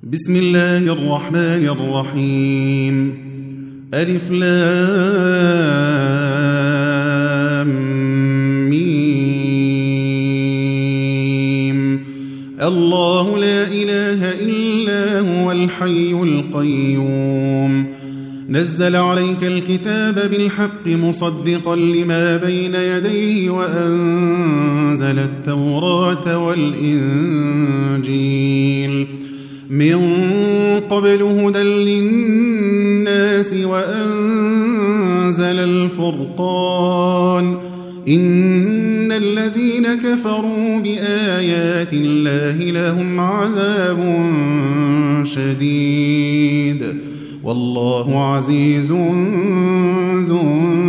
بسم الله الرحمن الرحيم ألف لام ميم الله لا إله إلا هو الحي القيوم نزل عليك الكتاب بالحق مصدقا لما بين يديه وأنزل التوراة والإنجيل من قبل هدى للناس وأنزل الفرقان إن الذين كفروا بآيات الله لهم عذاب شديد والله عزيز ذو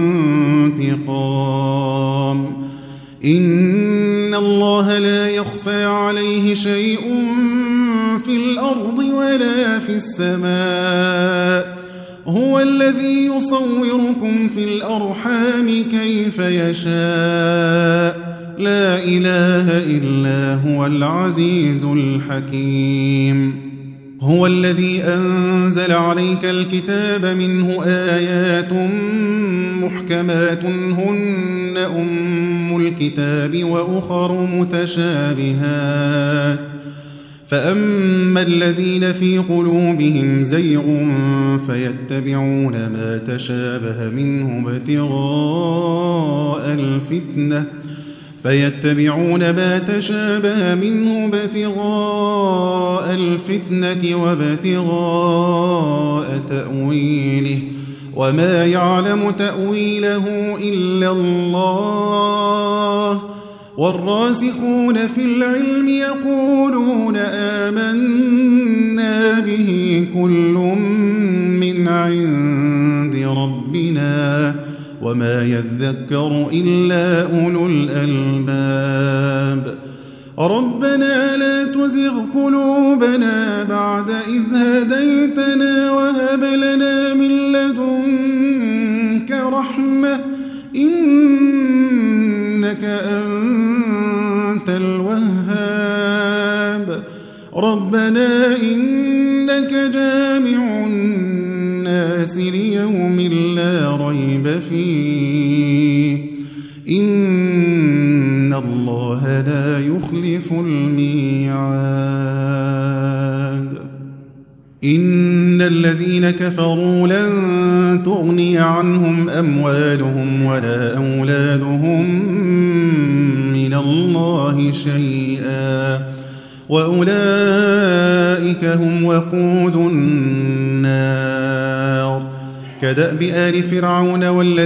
انتقام إن الله لا يخفى عليه شيء في الأرض ولا في السماء هو الذي يصوركم في الأرحام كيف يشاء لا إله إلا هو العزيز الحكيم هو الذي أنزل عليك الكتاب منه آيات محكمات هن أم الكتاب وأخر متشابهات فأما الذين في قلوبهم زيغ فيتبعون ما تشابه منه ابتغاء الفتنة وابتغاء تأويله وما يعلم تأويله إلا الله والراسخون في العلم يقولون آمنا به كل من عند ربنا وما يذكر إلا أولو الألباب ربنا لا تزغ قلوبنا بعد إذ هديتنا وهب لنا من لدنك رحمة إنك أنت الوهاب ربنا إنك جامع الناس ليوم لا ريب فيه إن الله لا يخلف الميعاد إن الذين كفروا لن تغني عنهم أموالهم ولا أولادهم من الله شيئا وأولئك هم وقود النار كدأب آل فرعون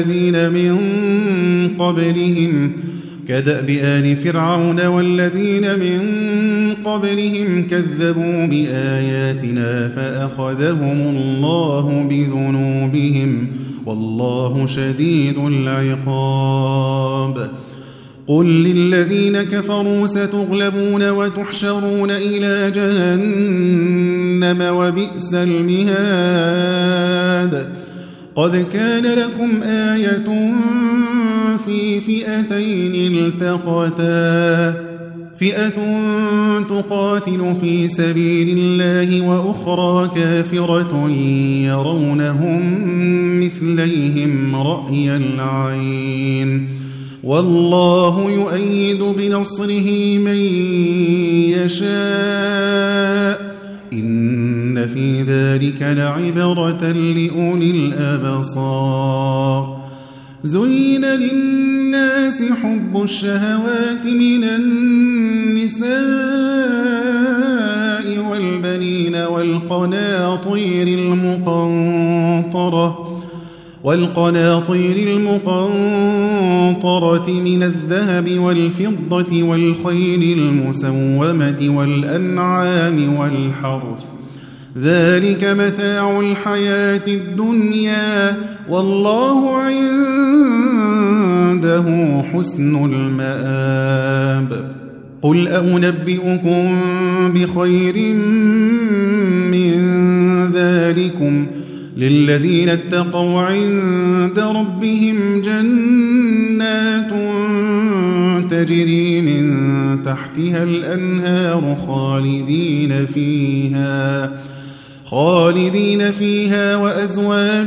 والذين من قبلهم كذبوا بآياتنا فأخذهم الله بذنوبهم والله شديد العقاب قل للذين كفروا ستغلبون وتحشرون إلى جهنم وبئس المهاد قد كان لكم آية في فئتين التقتا فئة تقاتل في سبيل الله وأخرى كافرة يرونهم مثليهم رأي العين والله يؤيد بنصره من يشاء إن في ذلك لعبرة لأولي الأبصار زين للناس حب الشهوات من النساء والبنين والقناطير المقنطرة من الذهب والفضة والخيل المسومة والأنعام والحرث ذلك متاع الحياة الدنيا والله عنده حسن المآب قل أنبئكم بخير من ذلكم للذين اتقوا عند ربهم جنات تجري من تحتها الأنهار خالدين فيها وأزواج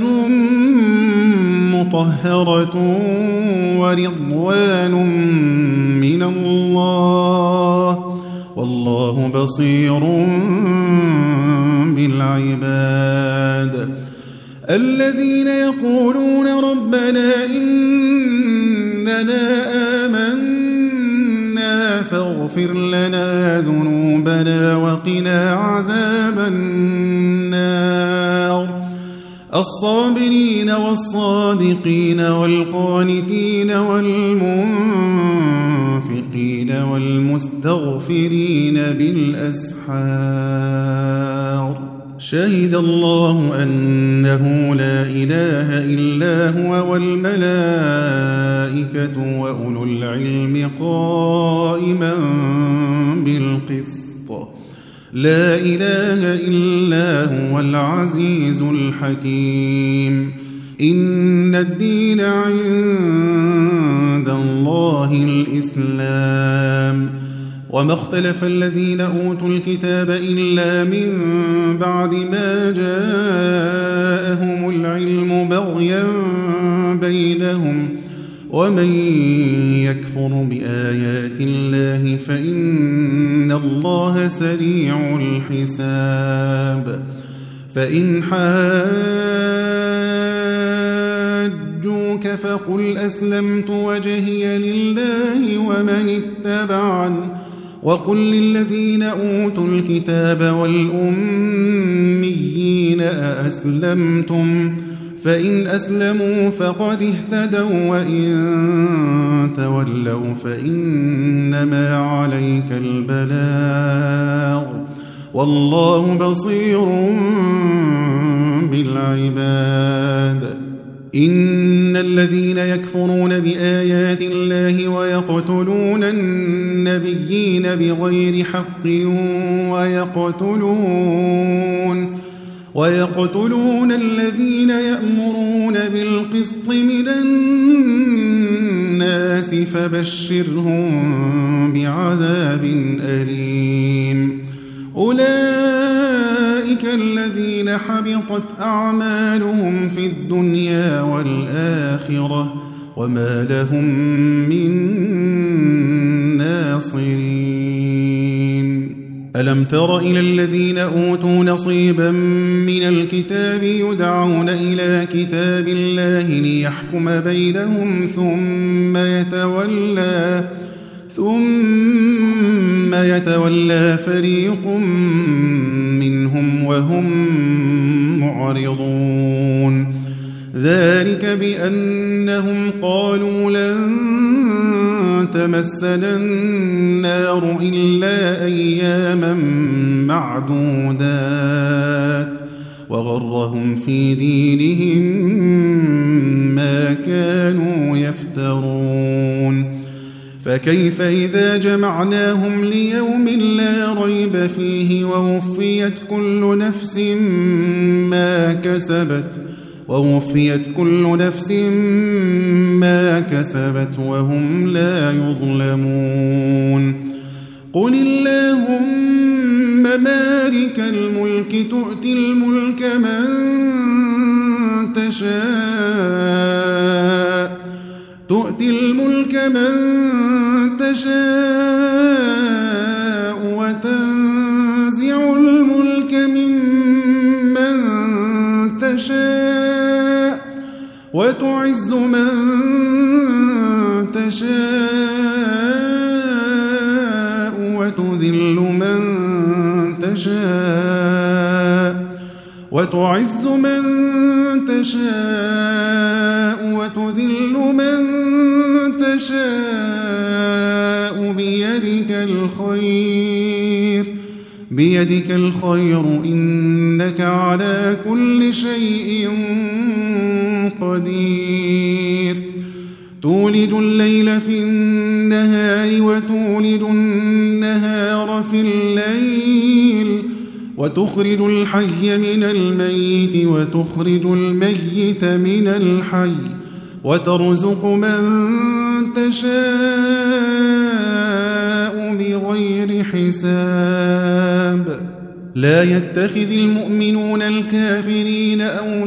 مطهرة ورضوان من الله والله بصير بالعباد الذين يقولون ربنا إننا آمنا فاغفر لنا ذنوبنا وقنا عذاب النار الصابرين والصادقين والقانتين والمنفقين والمستغفرين بالأسحار شهد الله أنه لا إله إلا هو والملائكة وأولو العلم قائما بالقسط لا إله إلا هو العزيز الحكيم إن الدين عند الله الإسلام وما اختلف الذين أوتوا الكتاب إلا من بعد ما جاءهم العلم بغيا بينهم ومن يكفر بآيات الله فإن الله سريع الحساب فإن حاجوك فقل أسلمت وجهي لله ومن اتبعني وقل للذين أوتوا الكتاب والأميين أأسلمتم فإن أسلموا فقد اهتدوا وإن تولوا فإنما عليك البلاغ والله بصير بالعباد إن الذين يكفرون بآيات الله ويقتلون النبيين بغير حق ويقتلون الذين يأمرون بالقسط من الناس فبشرهم بعذاب أليم أولئك الذين حبطت أعمالهم في الدنيا والآخرة وما لهم من ناصرين ألم تر إلى الذين أوتوا نصيبا من الكتاب يدعون إلى كتاب الله ليحكم بينهم ثم يتولى فريق منهم وهم معرضون ذلك بأنهم قالوا لن تمسنا النار إلا أياما معدودات وغرهم في دينهم ما كانوا يفترون فكيف إذا جمعناهم ليوم لا ريب فيه ووفيت كل نفس ما كسبت وهم لا يظلمون قل اللهم مالك الملك تؤتي الملك من تشاء وتنزع الملك ممن تشاء وتعز من تشاء وتذل من تشاء بيدك الخير إنك على كل شيء قدير تولج الليل في النهار وتولج النهار في الليل وتخرج الحي من الميت وتخرج الميت من الحي وترزق من تشاء بغير حساب لا يتخذ المؤمنون الكافرين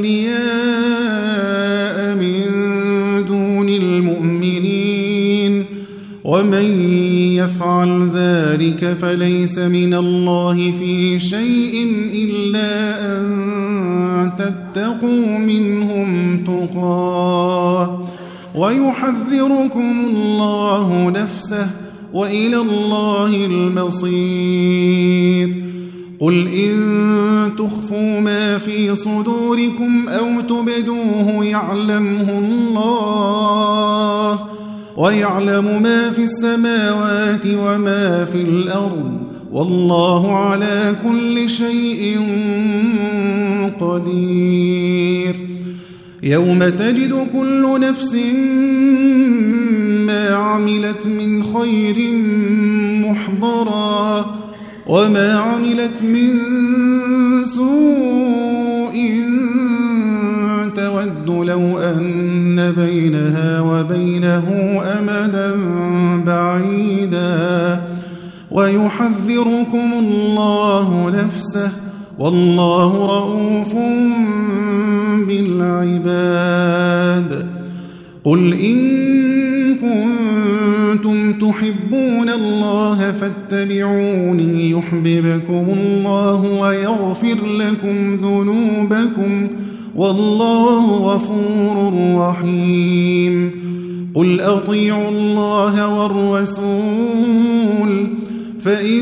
أولياء من دون المؤمنين ومن يفعل ذلك فليس من الله في شيء إلا أن تتقوا منهم تقاه ويحذركم الله نفسه وإلى الله المصير قل إن تخفوا ما في صدوركم أو تبدوه يعلمه الله ويعلم ما في السماوات وما في الأرض والله على كل شيء قدير يوم تجد كل نفس ما عملت من خير محضرا وما عملت من سوء تود لو أن بينها وبينه أمدا بعيدا ويحذركم الله نفسه والله رؤوف بالعباد قل إن كنتم تحبون الله فاتبعوني يحببكم الله ويغفر لكم ذنوبكم والله غفور رحيم قل أطيعوا الله والرسول فإن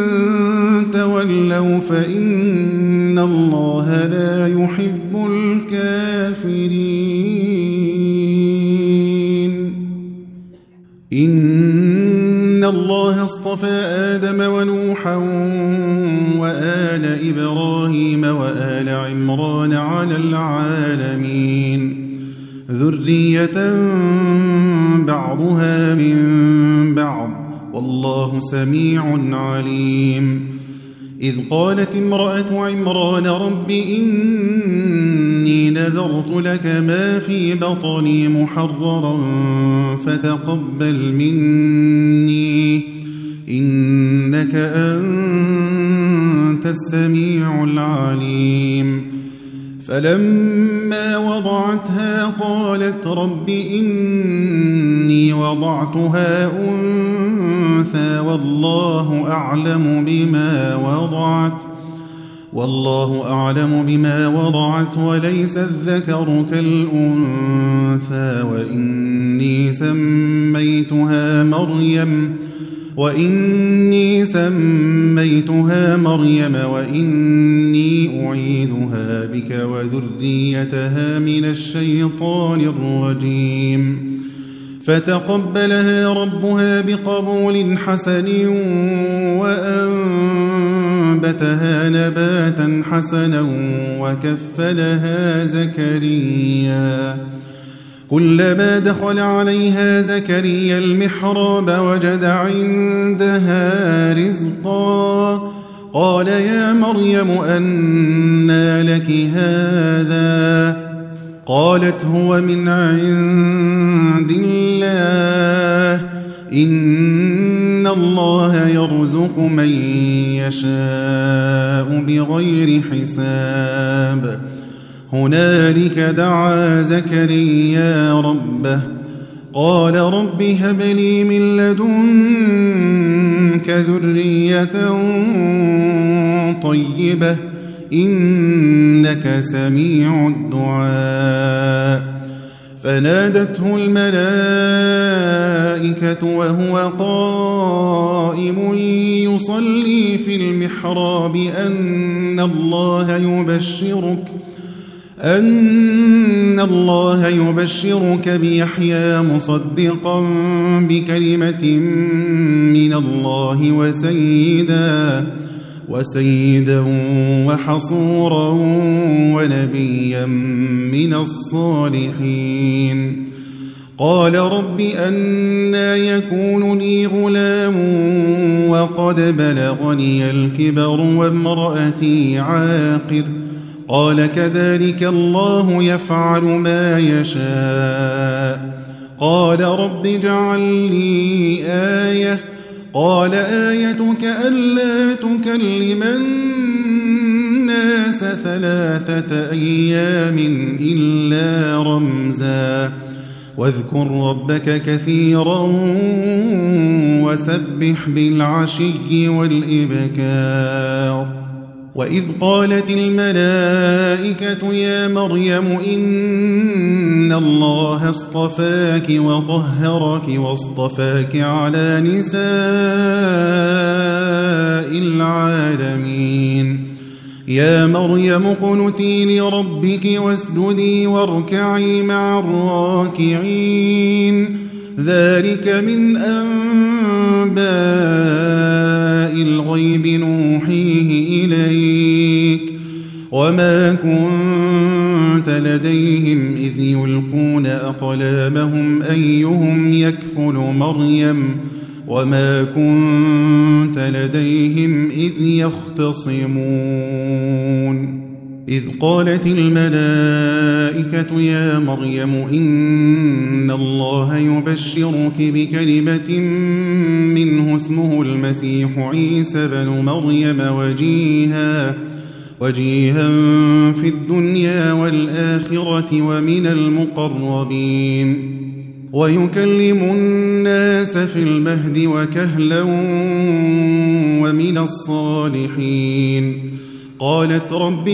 تولوا فإن الله لا يحب الكافرين إن الله اصطفى آدم ونوحا وآل إبراهيم وآل عمران على العالمين ذرية بعضها من بعض والله سميع عليم إذ قالت امرأة عمران رب إني نذرت لك ما في بطني محررا فتقبل مني إنك أنت السميع العليم فلما وضعتها قالت رب إني وضعتها أنثى والله أعلم بما وضعت وليس الذكر كالأنثى وإني سميتها مريم وإني أعيذها بك وذريتها من الشيطان الرجيم فتقبلها ربها بقبول حسن وأنبتها نباتا حسنا وكفلها زكريا كلما دخل عليها زكريا المحراب وجد عندها رزقا قال يا مريم أنى لك هذا قالت هو من عند الله إن الله يرزق من يشاء بغير حساب هنالك دعا زكريا ربه قال رب هب لي من لدنك ذرية طيبة إنك سميع الدعاء فنادته الملائكة وهو قائم يصلي في المحراب أن الله يبشرك بيحيى مصدقا بكلمة من الله وسيدا وحصورا ونبيا من الصالحين قال رب أنى يكون لي غلام وقد بلغني الكبر وامرأتي عاقر قال كذلك الله يفعل ما يشاء قال رب اجعل لي آية قال آيتك ألا تكلم الناس 3 أيام إلا رمزا واذكر ربك كثيرا وسبح بالعشي والإبكار وإذ قالت الملائكة يا مريم إن الله اصطفاك وطهرك واصطفاك على نساء العالمين يا مريم اقنتي لربك واسجدي واركعي مع الراكعين ذلك من أنباء الغيب نوحيه إليك وما كنت لديهم إذ يلقون أقلامهم أيهم يكفل مريم وما كنت لديهم إذ يختصمون إذ قالت الملائكة يا مريم إن الله يبشرك بكلمة منه اسمه المسيح عيسى بن مريم وجيها في الدنيا والآخرة ومن المقربين ويكلم الناس في المهد وكهلا ومن الصالحين قالت رب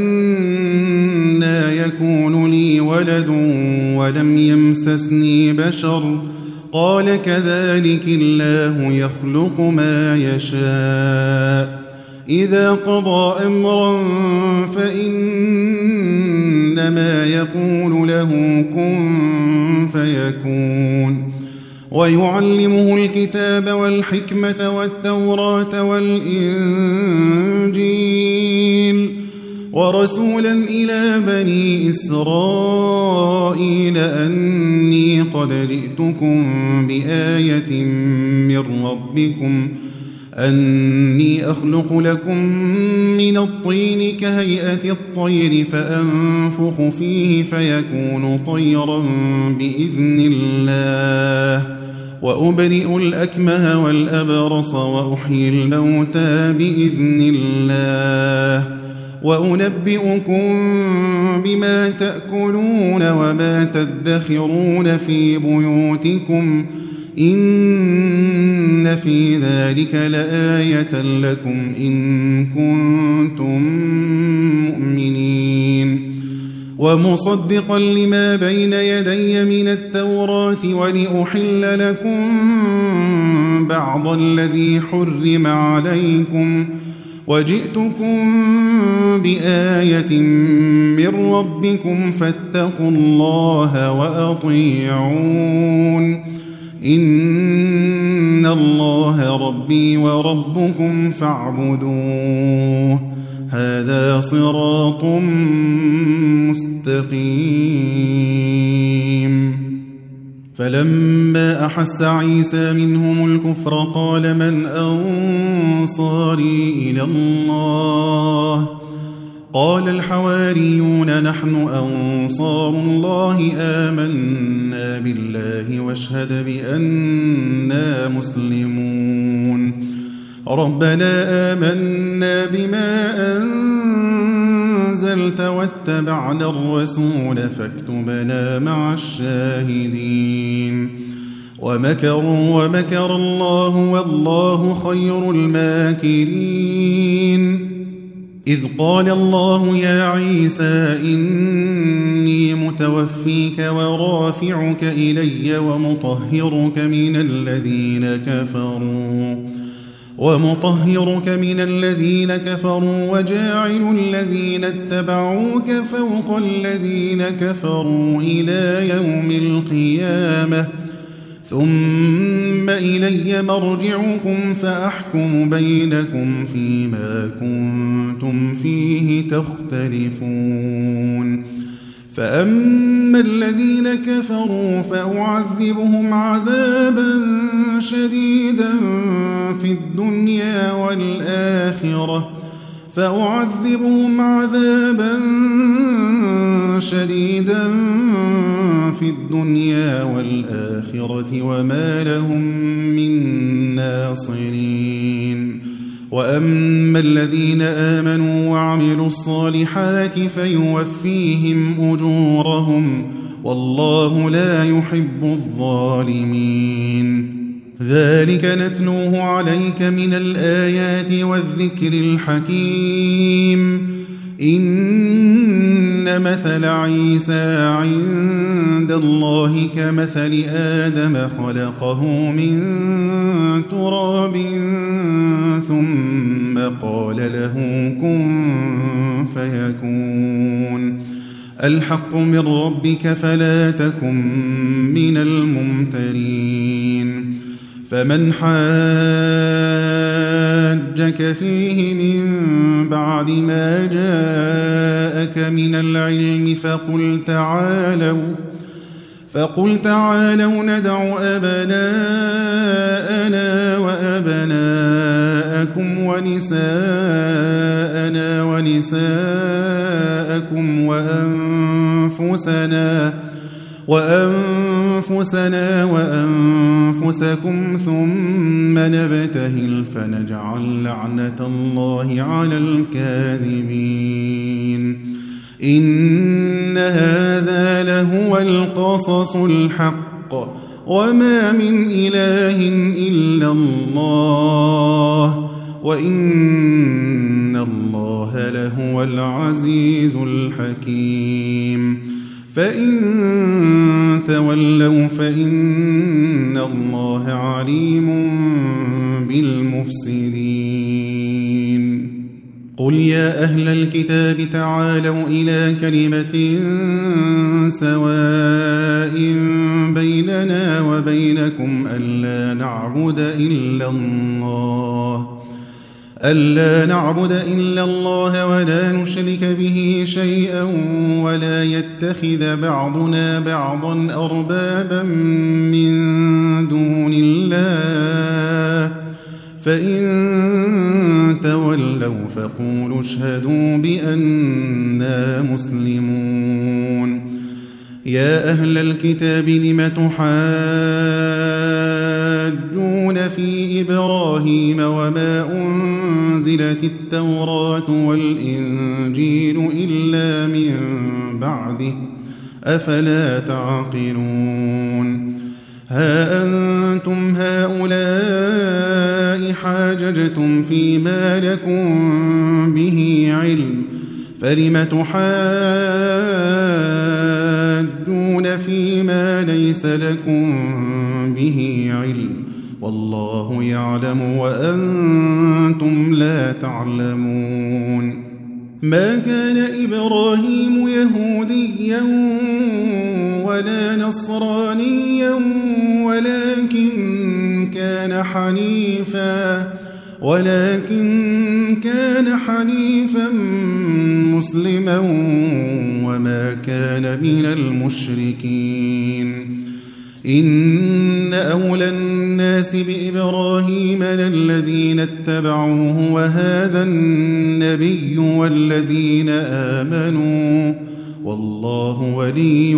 أنى يكون لي ولد ولم يمسسني بشر قال كذلك الله يخلق ما يشاء إذا قضى أمرا فإنما يقول له كن فيكون ويعلمه الكتاب والحكمة والتوراة والإنجيل ورسولا إلى بني إسرائيل أني قد جئتكم بآية من ربكم أني أخلق لكم من الطين كهيئة الطير فأنفخ فيه فيكون طيرا بإذن الله وأبرئ الأكمه والأبرص وأحيي الموتى بإذن الله وأنبئكم بما تأكلون وما تدخرون في بيوتكم إن في ذلك لآية لكم إن كنتم مؤمنين ومصدقا لما بين يدي من التوراة ولأحل لكم بعض الذي حرم عليكم وجئتكم بآية من ربكم فاتقوا الله وأطيعون إن الله ربي وربكم فاعبدوه هذا صراط مستقيم فلما أحس عيسى منهم الكفر قال من أنصاري إلى الله قال الحواريون نحن أنصار الله آمنا بالله واشهد بأننا مسلمون ربنا آمنا بما أنزلت واتبعنا الرسول فاكتبنا مع الشاهدين ومكروا ومكر الله والله خير الماكرين إذ قال الله يا عيسى إني متوفيك ورافعك إلي ومطهرك من الذين كفروا وجاعل الذين اتبعوك فوق الذين كفروا إلى يوم القيامة ثم إلي مرجعكم فأحكم بينكم فيما كنتم فيه تختلفون فأما الذين كفروا فأعذبهم عذابا شديدا في الدنيا والآخرة في الدنيا والآخرة وما لهم من ناصرين. وأما الذين آمنوا وعملوا الصالحات فيوفيهم أجورهم والله لا يحب الظالمين. ذلك نتلوه عليك من الآيات والذكر الحكيم. إن مثل عيسى عند الله كمثل آدم خلقه من تراب ثم قال له كن فيكون. الحق من ربك فلا تكن من الممترين. فمن حاجك فيه من بعد ما جاءك من العلم فقل تعالوا ندع أبناءنا وأبناءكم ونساءنا ونساءكم وأنفسنا وأنفسكم ثم نبتهل فنجعل لعنة الله على الكاذبين. إن هذا لهو القصص الحق وما من إله إلا الله وإن الله لهو العزيز الحكيم. فإن تولوا فإن الله عليم بالمفسدين. قل يا أهل الكتاب تعالوا إلى كلمة سواء بيننا وبينكم ألا نعبد إلا الله ولا نشرك به شيئا ولا يتخذ بعضنا بعضا أربابا من دون الله. فإن تولوا فقولوا اشهدوا بأننا مسلمون. يا أهل الكتاب لم تحاجون في إبراهيم وما أنزلت التوراة والإنجيل إلا من بعده أفلا تعقلون. ها أنتم هؤلاء حاججتم فيما لكم به علم فلم تحاجون فيما ليس لكم به علم والله يعلم وأنتم لا تعلمون. ما كان إبراهيم يهوديا ولا نصرانيا ولكن كان حنيفا مسلما وما كان من المشركين. إن أولى الناس بإبراهيم للذين اتبعوه وهذا النبي والذين آمنوا والله ولي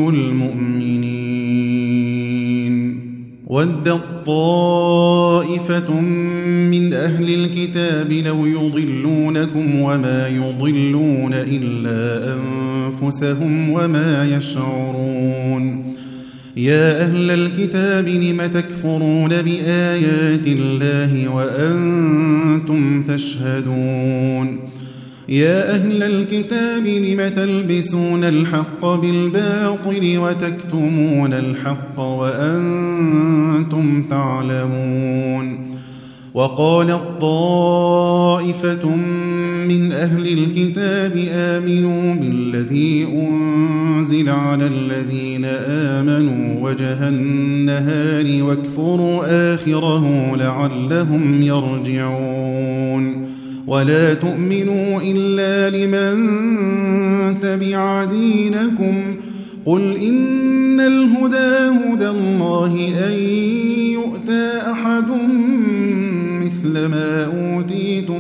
المؤمنين. ودت طائفة من أهل الكتاب لو يضلونكم وما يضلون إلا أنفسهم وما يشعرون. يا أهل الكتاب لم تكفرون بآيات الله وأنتم تشهدون. يا أهل الكتاب لم تلبسون الحق بالباطل وتكتمون الحق وأنتم تعلمون. وقالت طائفة من أهل الكتاب آمنوا بالذي أنزل على الذين آمنوا وجه النهار واكفروا آخره لعلهم يرجعون. ولا تؤمنوا إلا لمن تبع دينكم قل إن الهدى هدى الله أن يؤتى أحد مثل ما أوتيتم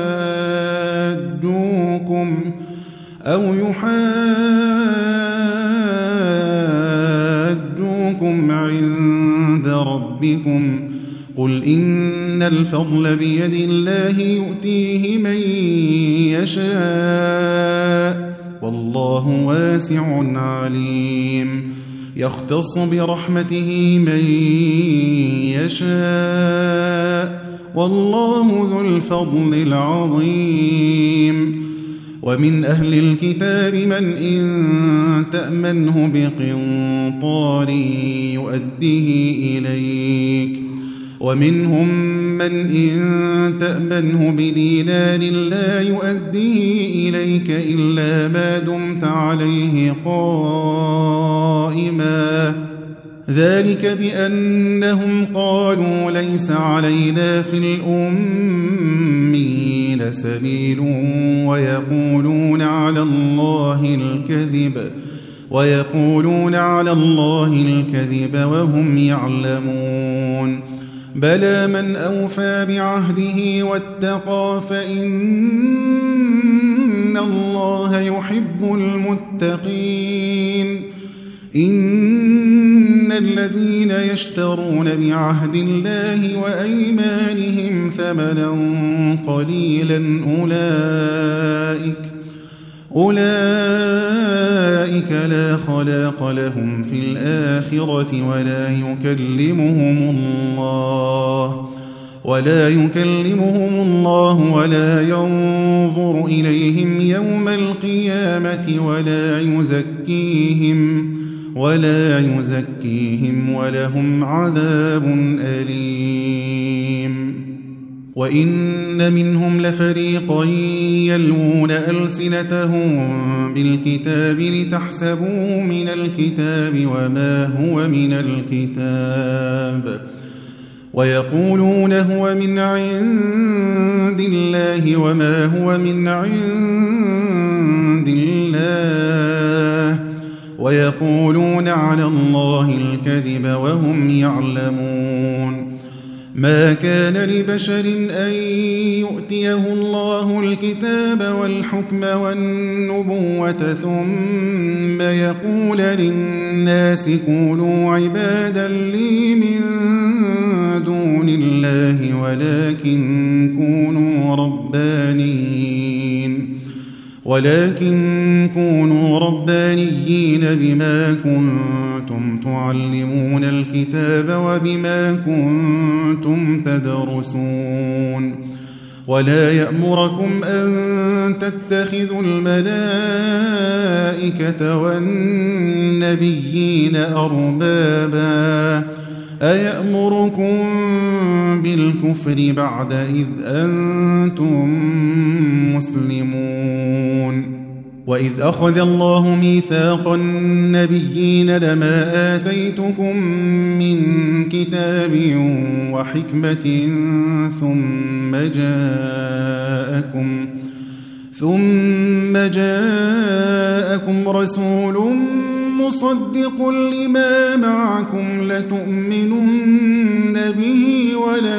أو يحاجوكم ربكم قل إن الفضل بيد الله يؤتيه من يشاء والله واسع عليم يختص برحمته من يشاء والله ذو الفضل العظيم ومن أهل الكتاب من إن تأمنه بقنطار يؤديه إليك ومنهم من إن تأمنه بدينار لا يؤديه إليك إلا ما دمت عليه قائما ذلك بأنهم قالوا ليس علينا في الأمين سبيل ويقولون على الله الكذب وهم يعلمون بلى من أوفى بعهده واتقى فإن الله يحب المتقين إن الذين يشترون بعهد الله وأيمانهم ثمنا قليلا أولئك لا خلاق لهم في الآخرة ولا يكلمهم الله ولا ينظر إليهم يوم القيامة ولا يزكيهم ولهم عذاب أليم وإن منهم لفريقا يلوون ألسنتهم بالكتاب لتحسبوه من الكتاب وما هو من الكتاب ويقولون هو من عند الله وما هو من عند الله ويقولون على الله الكذب وهم يعلمون ما كان لبشر أن يؤتيه الله الكتاب والحكم والنبوة ثم يقول للناس كونوا عبادا لي من دون الله ولكن كونوا ربانيين بما كنتم تعلمون الكتاب وبما كنتم تدرسون ولا يأمركم أن تتخذوا الملائكة والنبيين أربابا أيأمركم بالكفر بعد إذ أنتم مسلمون وإذ أخذ الله ميثاق النبيين لما آتيتكم من كتاب وحكمة ثم جاءكم رسول مصدق لما معكم لتؤمنن به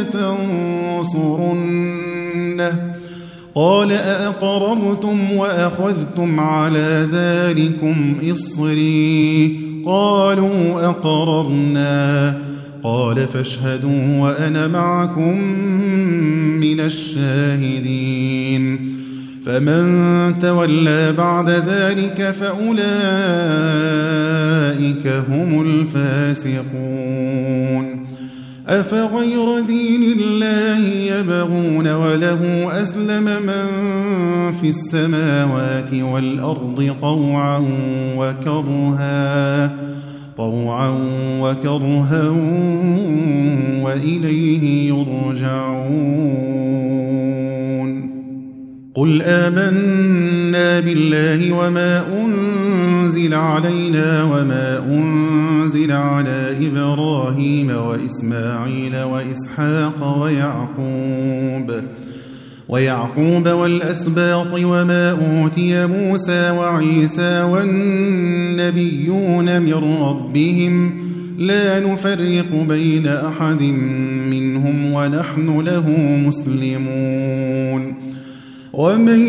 ولتنصرنه قال أأقررتم وأخذتم على ذلكم إصري قالوا أقررنا قال فاشهدوا وأنا معكم من الشاهدين فمن تولى بعد ذلك فأولئك هم الفاسقون أفغير دين الله يبغون وله أسلم من في السماوات والأرض طوعا وكرها وإليه يرجعون قل آمنا بالله وما أنزل علينا وما أنزل على إبراهيم وإسماعيل وإسحاق ويعقوب والأسباط وما أوتي موسى وعيسى والنبيون من ربهم لا نفرق بين أحد منهم ونحن له مسلمون ومن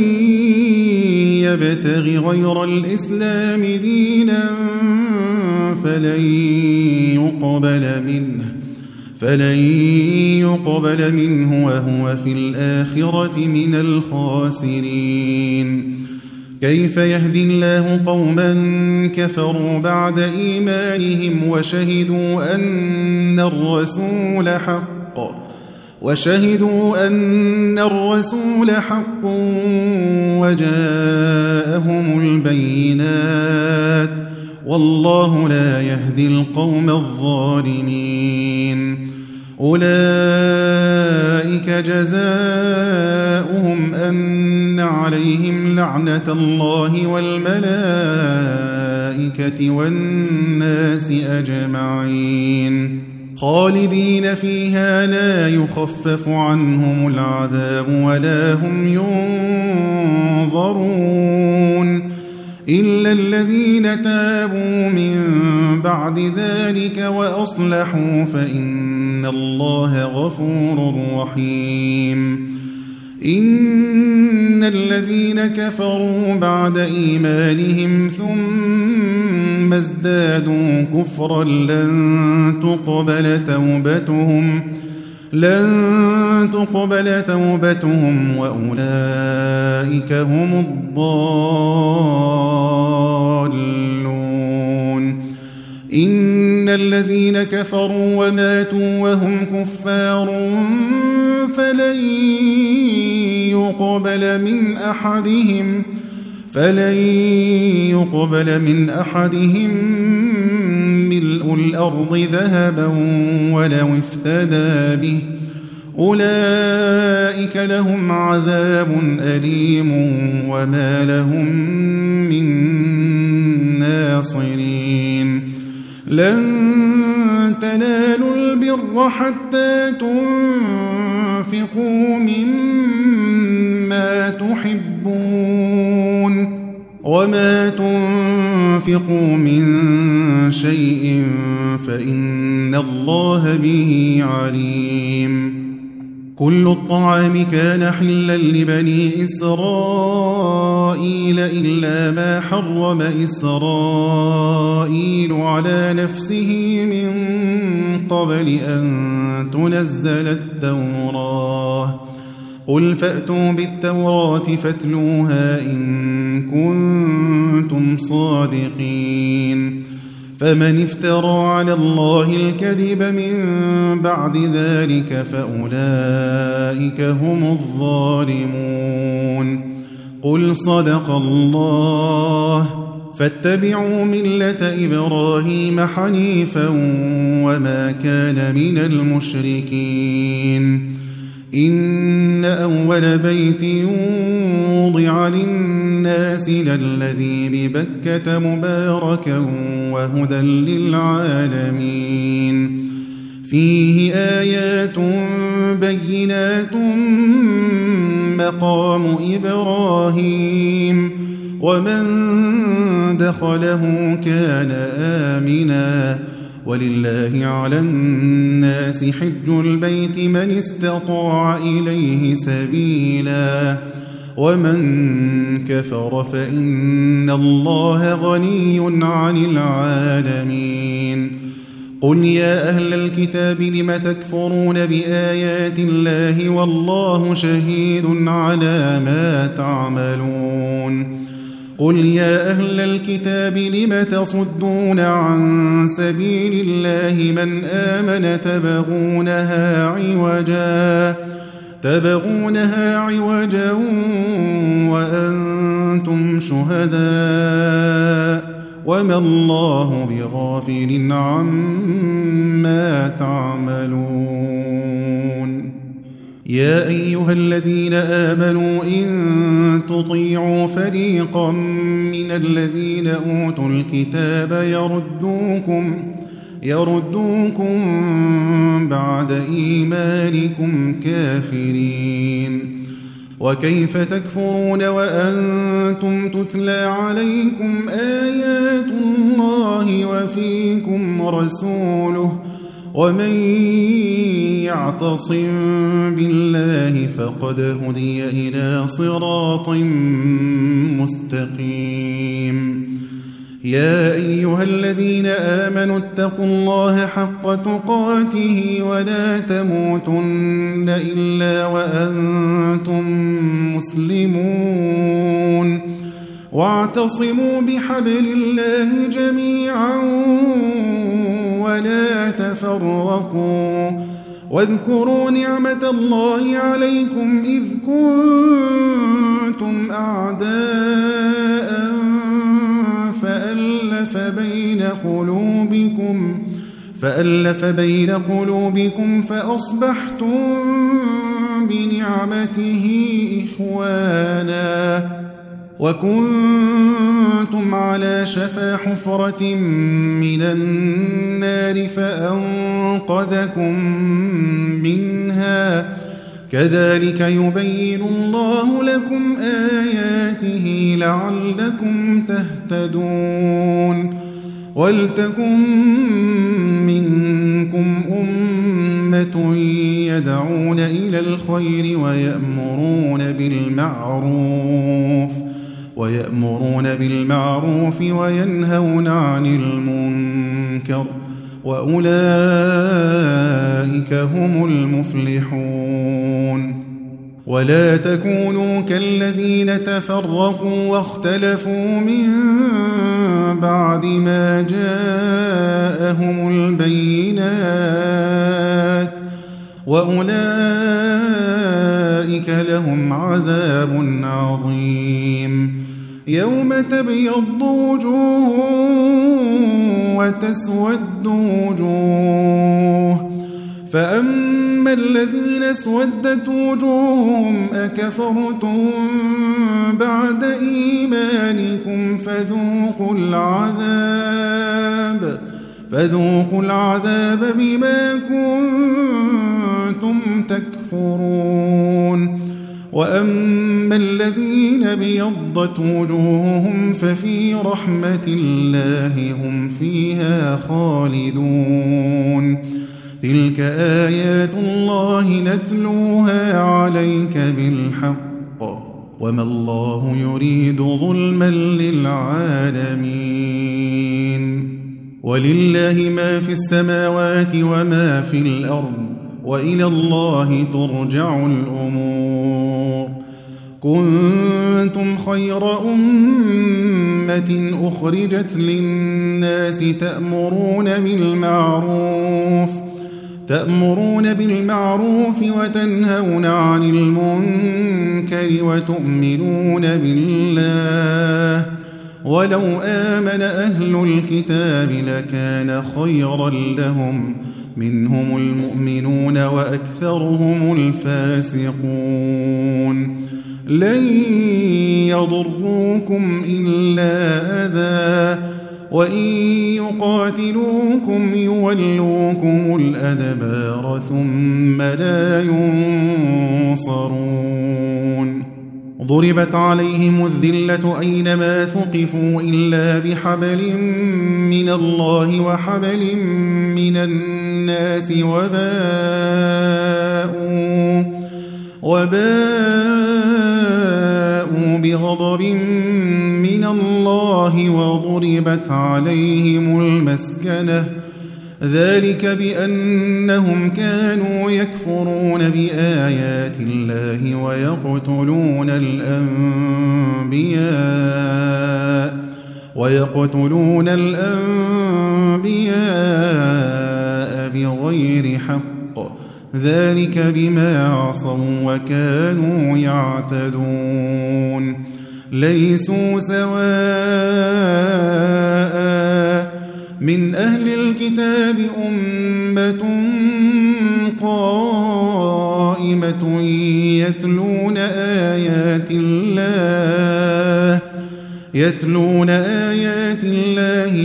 يبتغ غير الإسلام دينا فلن فلن يقبل منه وهو في الآخرة من الخاسرين. كيف يهدي الله قوما كفروا بعد إيمانهم وشهدوا أن الرسول حق وجاءهم البينات والله لا يهدي القوم الظالمين. أولئك جزاؤهم أن عليهم لعنة الله والملائكة والناس أجمعين خالدين فيها لا يخفف عنهم العذاب ولا هم ينظرون إلا الذين تابوا من بعد ذلك وأصلحوا فإن الله غفور رحيم. إن الذين كفروا بعد إيمانهم ثم ازدادوا كفرا لن تقبل توبتهم وأولئك هم الضالون. إن الذين كفروا وماتوا وهم كفار فلن يقبل من أحدهم ملء الأرض ذهبا ولو افتدى به أولئك لهم عذاب أليم وما لهم من ناصرين. لن تنالوا البر حتى تنفقوا مما تحبون وما تنفقوا من شيء فإن الله به عليم. كل الطعام كان حلا لبني إسرائيل إلا ما حرم إسرائيل على نفسه من قبل أن تنزل التوراة. قل فأتوا بالتوراة فاتلوها إن كنتم صادقين. فمن افترى على الله الكذب من بعد ذلك فأولئك هم الظالمون. قل صدق الله فاتبعوا ملة إبراهيم حنيفا وما كان من المشركين. إن أول بيت وضع للناس للذي ببكة مباركا وهدى للعالمين فيه آيات بينات مقام إبراهيم ومن دخله كان آمنا ولله على الناس حج البيت من استطاع إليه سبيلا ومن كفر فإن الله غني عن العالمين. قل يا أهل الكتاب لم تكفرون بآيات الله والله شهيد على ما تعملون. قل يا أهل الكتاب لم تصدون عن سبيل الله من آمن تبغونها عوجا وأنتم شهداء وما الله بغافل عما تعملون. يا أيها الذين آمنوا إن تطيعوا فريقا من الذين أوتوا الكتاب يردوكم بعد إيمانكم كافرين. وكيف تكفرون وأنتم تتلى عليكم آيات الله وفيكم رسوله ومن يعتصم بالله فقد هدي إلى صراط مستقيم. يا أيها الذين آمنوا اتقوا الله حق تقاته ولا تموتن إلا وأنتم مسلمون واعتصموا بحبل الله جميعا ولا تفرقوا واذكروا نعمة الله عليكم إذ كنتم أعداء فألف بين قلوبكم فأصبحتم بنعمته إخوانا وكنتم على شفا حفرة من النار فأنقذكم منها كذلك يبين الله لكم آياته لعلكم تهتدون ولتكن منكم أمة يدعون إلى الخير ويأمرون بالمعروف وينهون عن المنكر وأولئك هم المفلحون ولا تكونوا كالذين تفرقوا واختلفوا من بعد ما جاءهم البينات وأولئك لهم عذاب عظيم يوم تبيض وجوه وتسود وجوه فأما الذين اسودت وجوههم أكفرتم بعد إيمانكم فذوقوا العذاب بما كنتم تكفرون وأما الذين بيضت وجوههم ففي رحمة الله هم فيها خالدون تلك آيات الله نتلوها عليك بالحق وما الله يريد ظلما للعالمين ولله ما في السماوات وما في الأرض وإلى الله ترجع الأمور كنتم خير أمة أخرجت للناس تأمرون بالمعروف وتنهون عن المنكر وتؤمنون بالله ولو آمن أهل الكتاب لكان خيرا لهم منهم المؤمنون وأكثرهم الفاسقون لن يضروكم إلا أذى وإن يقاتلوكم يولوكم الأدبار ثم لا ينصرون ضربت عليهم الذلة أينما ثقفوا إلا بحبل من الله وحبل من الناس وباءوا بغضب من الله وضربت عليهم المسكنة ذلك بأنهم كانوا يكفرون بآيات الله ويقتلون الأنبياء بغير حق ذلك بما عصوا وكانوا يعتدون ليسوا سواء من أهل الكتاب أمة قائمة يتلون آيات الله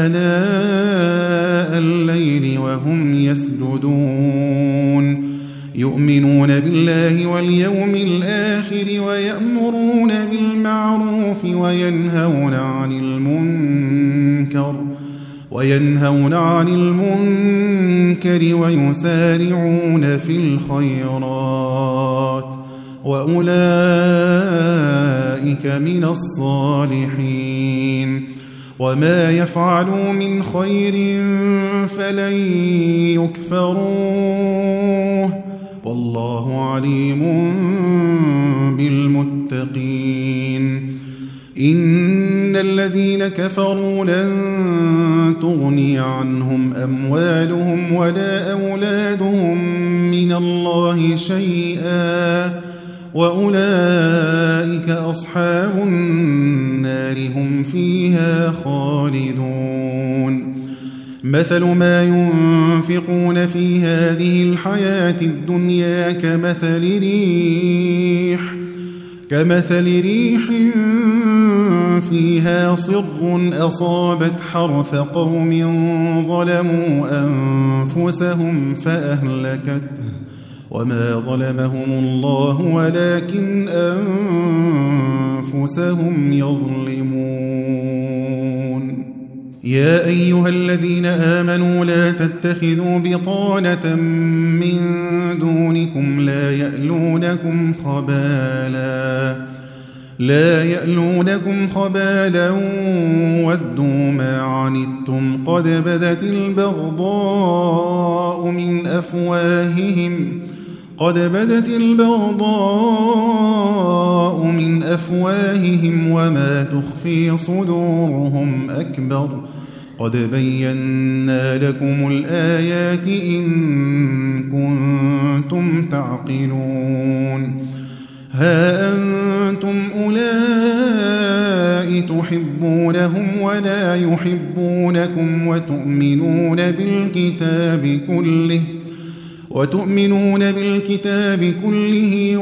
آناء الليل وهم يسجدون يؤمنون بالله واليوم الآخر ويأمرون بالمعروف وينهون عن المنكر ويسارعون في الخيرات وأولئك من الصالحين وما يفعلوا من خير فلن يكفروه والله عليم بالمتقين إن الذين كفروا لن تغني عنهم أموالهم ولا أولادهم من الله شيئا وأولئك أصحاب النار هم فيها خالدون مثل ما ينفقون في هذه الحياة الدنيا كمثل ريح فيها صر أصابت حرث قوم ظلموا أنفسهم فأهلكته وما ظلمهم الله ولكن أنفسهم يظلمون يا أيها الذين آمنوا لا تتخذوا بطانة من دونكم لا يألونكم خبالا ودوا ما عنتم قد بدت البغضاء من أفواههم وما تخفي صدورهم أكبر قد بينا لكم الآيات إن كنتم تعقلون ها أنتم أولئك تحبونهم ولا يحبونكم وتؤمنون بالكتاب كله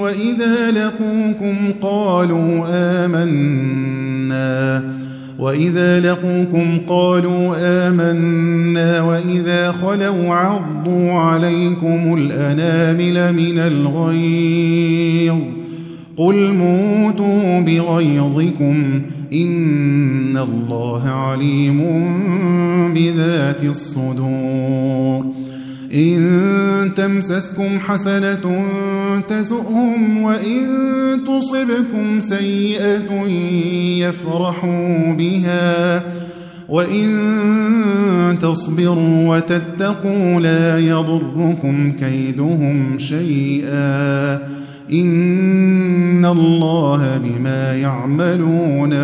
وإذا لقوكم قالوا آمنا وإذا خلوا عضوا عليكم الأنامل من الغيظ قل موتوا بغيظكم إن الله عليم بذات الصدور إن تمسسكم حسنة تسؤهم وإن تصبكم سيئة يفرحوا بها وإن تصبروا وتتقوا لا يضركم كيدهم شيئا إن الله بما يعملون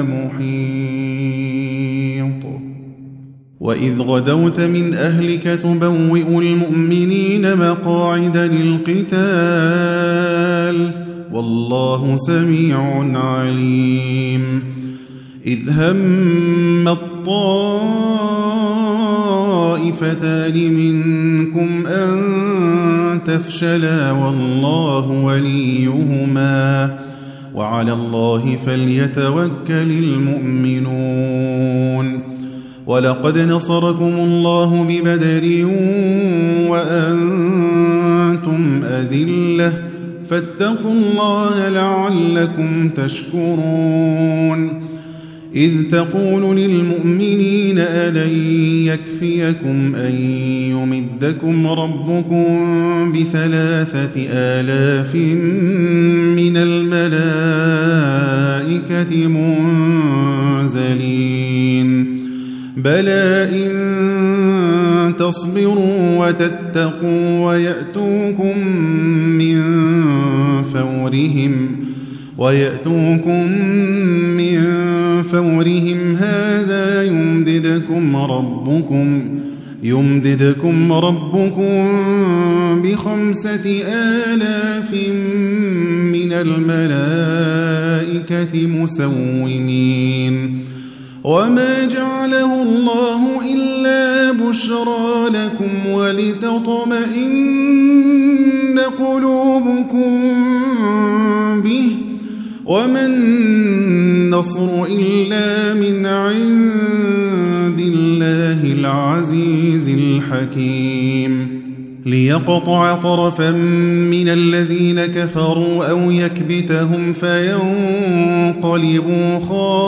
محيط وإذ غدوت من أهلك تبوئ المؤمنين مقاعد للقتال والله سميع عليم إذ هم الطائفتان منكم أن تفشلا والله وليهما وعلى الله فليتوكل المؤمنون ولقد نصركم الله ببدر وأنتم أذلة فاتقوا الله لعلكم تشكرون إذ تقول للمؤمنين ألن يكفيكم أن يمدكم ربكم ب3,000 من الملائكة منزلين بلى إن تصبروا وتتقوا ويأتوكم من فورهم هذا يمددكم ربكم ب5,000 من الملائكة مسومين وما جعله الله إلا بشرى لكم ولتطمئن قلوبكم به وما النصر إلا من عند الله العزيز الحكيم ليقطع طرفا من الذين كفروا أو يكبتهم فينقلبوا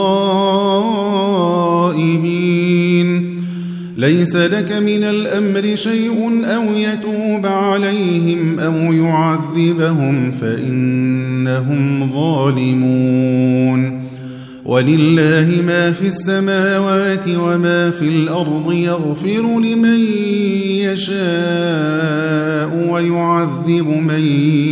خائبين ليس لك من الأمر شيء أو يتوب عليهم أو يعذبهم فإنهم ظالمون ولله ما في السماوات وما في الأرض يغفر لمن يشاء ويعذب من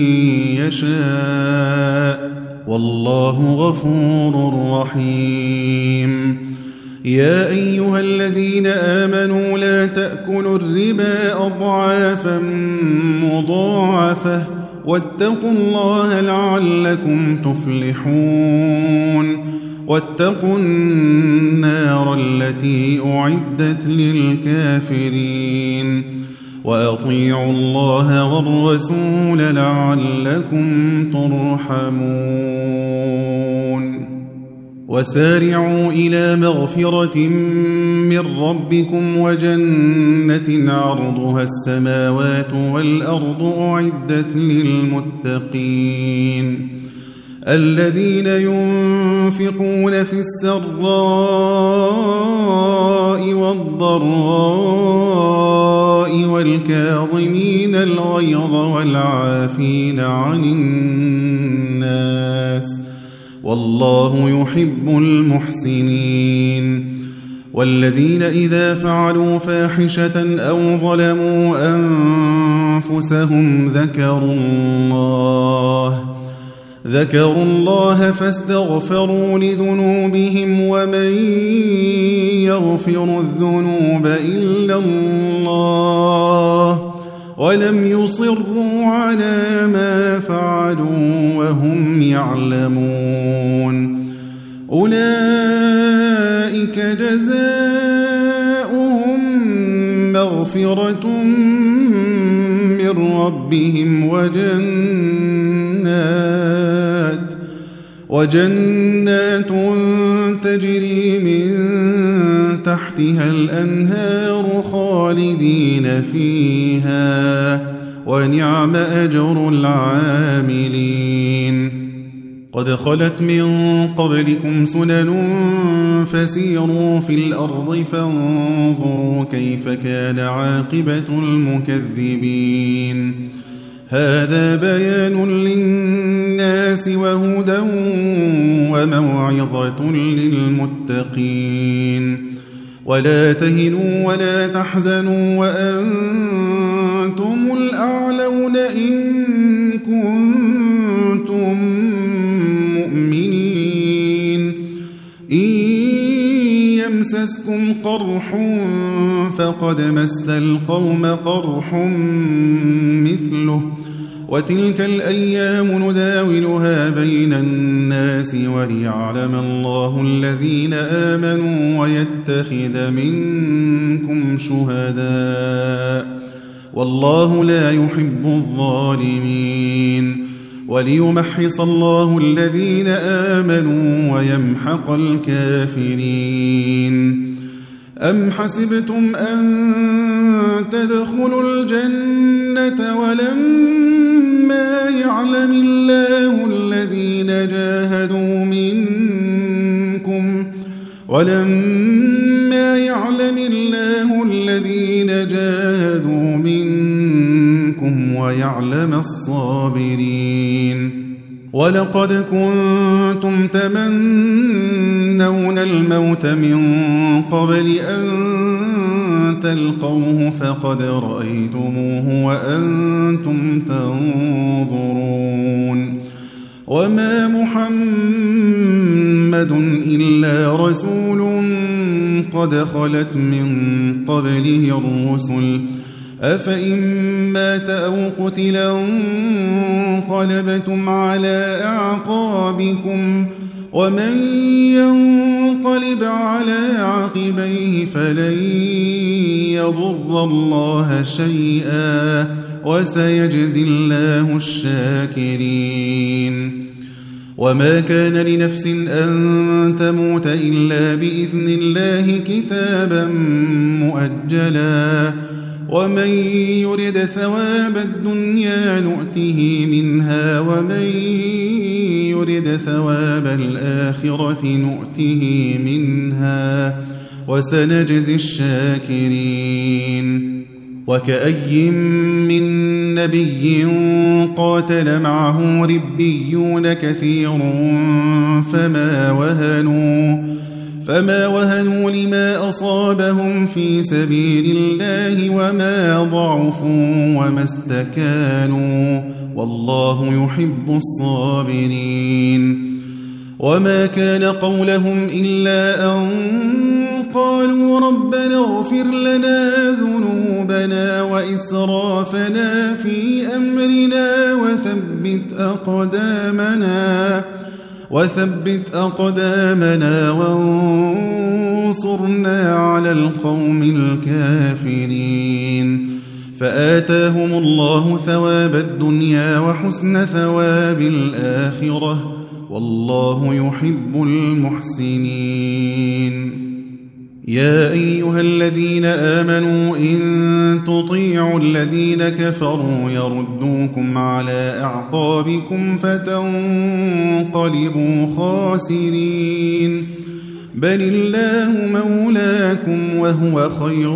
يشاء والله غفور رحيم. يا أيها الذين آمنوا لا تأكلوا الربا أضعافا مضاعفة واتقوا الله لعلكم تفلحون. واتقوا النار التي أعدت للكافرين وأطيعوا الله والرسول لعلكم ترحمون. وسارعوا إلى مغفرة من ربكم وجنة عرضها السماوات والأرض أعدت للمتقين الذين ينفقون في السراء والضراء والكاظمين الغيظ والعافين عن الناس والله يحب المحسنين. والذين إذا فعلوا فاحشة أو ظلموا أنفسهم ذكروا الله فاستغفروا لذنوبهم ومن يغفر الذنوب إلا الله ولم يصروا على ما فعلوا وهم يعلمون أولئك جزاؤهم مغفرة من ربهم وجنات تجري من تحتها الأنهار خالدين فيها ونعم أجر العاملين. قد خلت من قبلكم سنن فسيروا في الأرض فانظروا كيف كان عاقبة المكذبين. هذا بيان للناس وهدى وموعظة للمتقين. ولا تهنوا ولا تحزنوا وأنتم الأعلون إن كنتم مؤمنين. إن يمسسكم قرح فقد مس القوم قرح مثله وتلك الأيام نداولها بين الناس وليعلم الله الذين آمنوا ويتخذ منكم شهداء والله لا يحب الظالمين وليمحص الله الذين آمنوا ويمحق الكافرين. أم حسبتم أن تدخلوا الجنة ولما يعلم الله الذين جاهدوا منكم ويعلم الصابرين. ولقد كنتم تمنون الموت من قبل أن تلقوه فقد رأيتموه وأنتم تنظرون. وما محمد إلا رسول قد خلت من قبله الرسل أفإن مات أو قتلا انقلبتم على أعقابكم ومن ينقلب على عقبيه فلن يضر الله شيئا وسيجزي الله الشاكرين. وما كان لنفس أن تموت إلا بإذن الله كتابا مؤجلا ومن يرد ثواب الدنيا نؤته منها ومن يرد ثواب الآخرة نؤته منها وسنجزي الشاكرين. وكأي من نبي قاتل معه ربيون كثير فما وهنوا لما أصابهم في سبيل الله وما ضعفوا وما استكانوا والله يحب الصابرين. وما كان قولهم إلا أن قالوا ربنا اغفر لنا ذنوبنا وإسرافنا في أمرنا وثبت أقدامنا وانصرنا على القوم الكافرين. فآتاهم الله ثواب الدنيا وحسن ثواب الآخرة والله يحب المحسنين. يا أيها الذين آمنوا إن تطيعوا الذين كفروا يردوكم على أعقابكم فتنقلبوا خاسرين. بل الله مولاكم وهو خير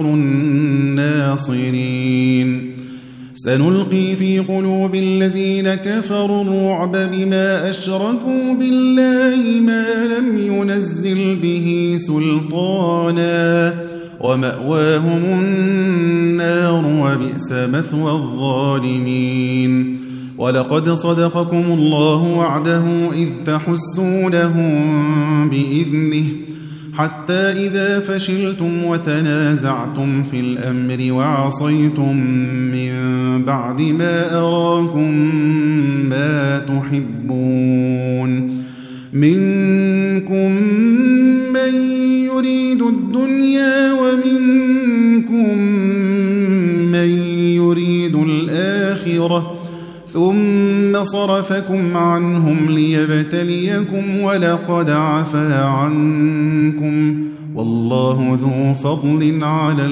الناصرين. سنلقي في قلوب الذين كفروا الرعب بما أشركوا بالله ما لم ينزل به سلطانا ومأواهم النار وبئس مثوى الظالمين. ولقد صدقكم الله وعده إذ تحسونهم بإذنه حتى إذا فشلتم وتنازعتم في الأمر وعصيتم من بعد ما أراكم ما تحبون منكم من يريد الدنيا ومنكم من يريد الآخرة ثم صرفكم عنهم ليبتليكم ولقد عفا عنكم والله ذو فضل على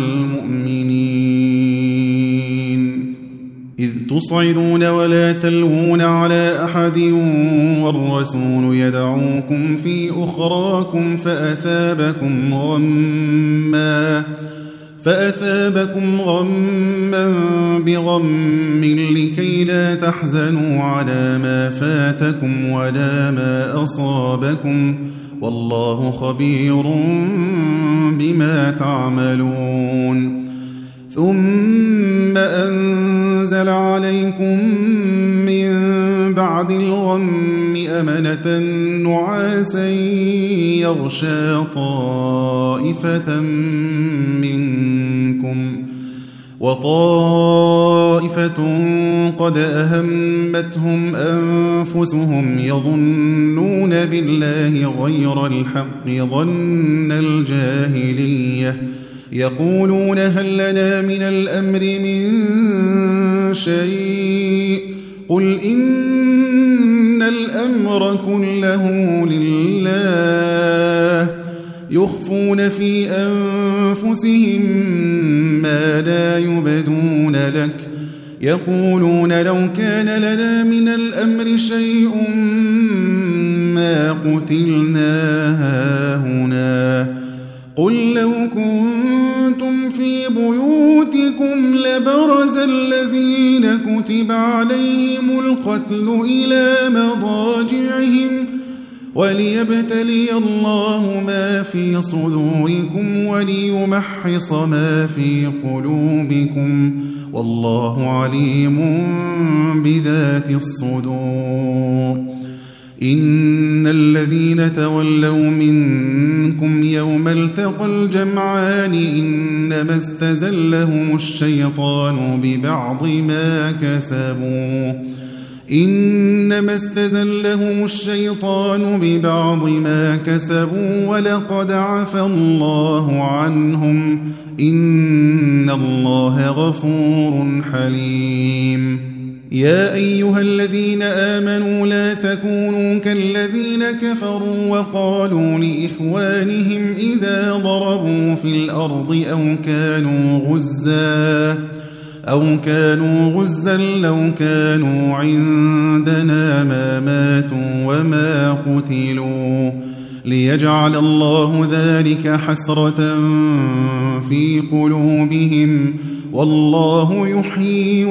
المؤمنين. إذ تصعدون ولا تلوون على أحد والرسول يدعوكم في أخراكم فأثابكم غما بغم لكي لا تحزنوا على ما فاتكم ولا ما أصابكم والله خبير بما تعملون. ثم أنزل عليكم من بعد الغم أمنة نعاسا يغشى طائفة منكم وطائفة قد أهمتهم أنفسهم يظنون بالله غير الحق ظن الجاهلية يقولون هل لنا من الأمر من شيء قل إن الأمر كله لله يخفون في أنفسهم ما لا يبدون لك يقولون لو كان لنا من الأمر شيء ما قتلنا هاهنا قل لو كنتم في بيوتكم لبرز الذين كتب عليهم القتل إلى مضاجعهم وليبتلي الله ما في صدوركم وليمحص ما في قلوبكم والله عليم بذات الصدور. إن الذين تولوا منكم يوم التقى الجمعان إنما استزلهم الشيطان ببعض ما كسبوا ولقد عفى الله عنهم إن الله غفور حليم. يا أيها الذين آمنوا لا تكونوا كالذين كفروا وقالوا لإخوانهم إذا ضربوا في الأرض أو كانوا غزا لو كانوا عندنا ما ماتوا وما قتلوا ليجعل الله ذلك حسرة في قلوبهم والله يحيي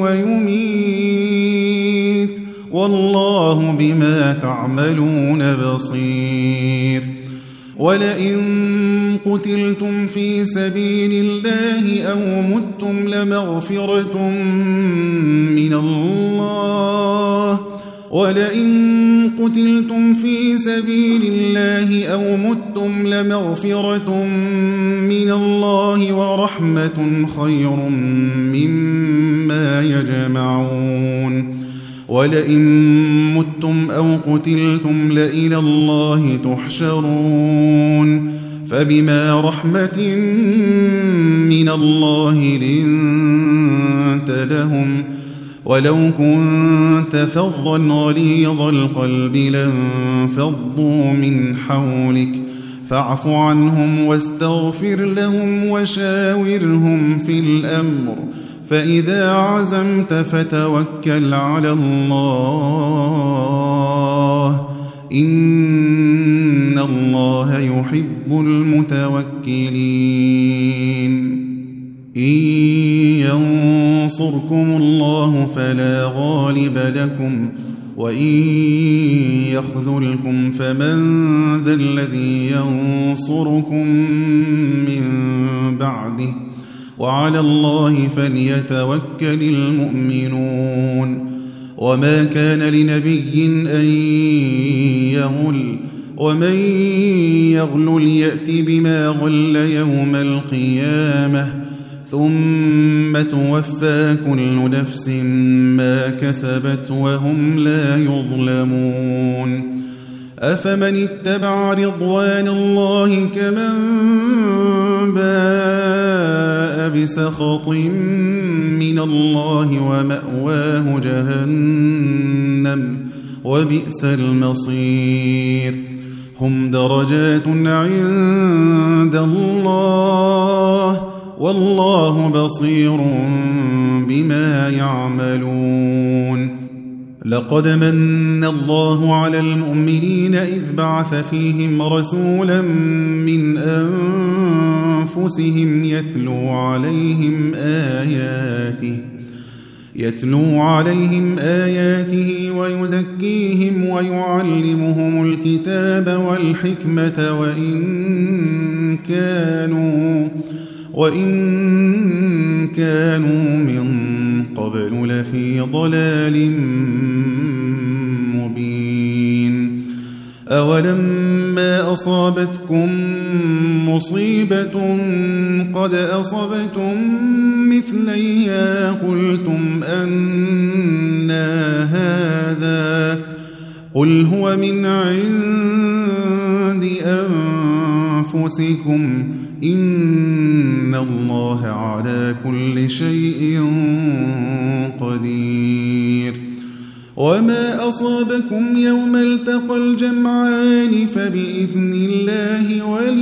ويميت والله بما تعملون بصير ولئن قتلتم في سبيل الله أو متم لمغفرة من الله من الله ورحمة خير مما يجمعون ولئن متم أو قتلتم لإلى الله تحشرون فبما رحمة من الله لنت لهم ولو كنت فظا غليظ القلب لانفضوا من حولك فاعف عنهم واستغفر لهم وشاورهم في الأمر فإذا عزمت فتوكل على الله إن الله يحب المتوكلين إن ينصركم الله فلا غالب لكم وإن يخذلكم فمن ذا الذي ينصركم من بعده وعلى الله فليتوكل المؤمنون وما كان لنبي أن يغل ومن يغل يأت بما غل يوم القيامة ثم توفى كل نفس ما كسبت وهم لا يظلمون أفمن اتبع رضوان الله كمن باء بسخط من الله ومأواه جهنم وبئس المصير هم درجات عند الله والله بصير بما يعملون لقد من الله على المؤمنين إذ بعث فيهم رسولا من أنفسهم يتلو عليهم آياته ويزكيهم ويعلمهم الكتاب والحكمة وإن كانوا من قبل لفي ضلال مبين أولما أصابتكم مصيبة قد أصبتم مثليها قلتم أنى هذا قل هو من عند أنفسكم إن الله على كل شيء قدير وما أصابكم يوم التقى الجمعان فبإذن الله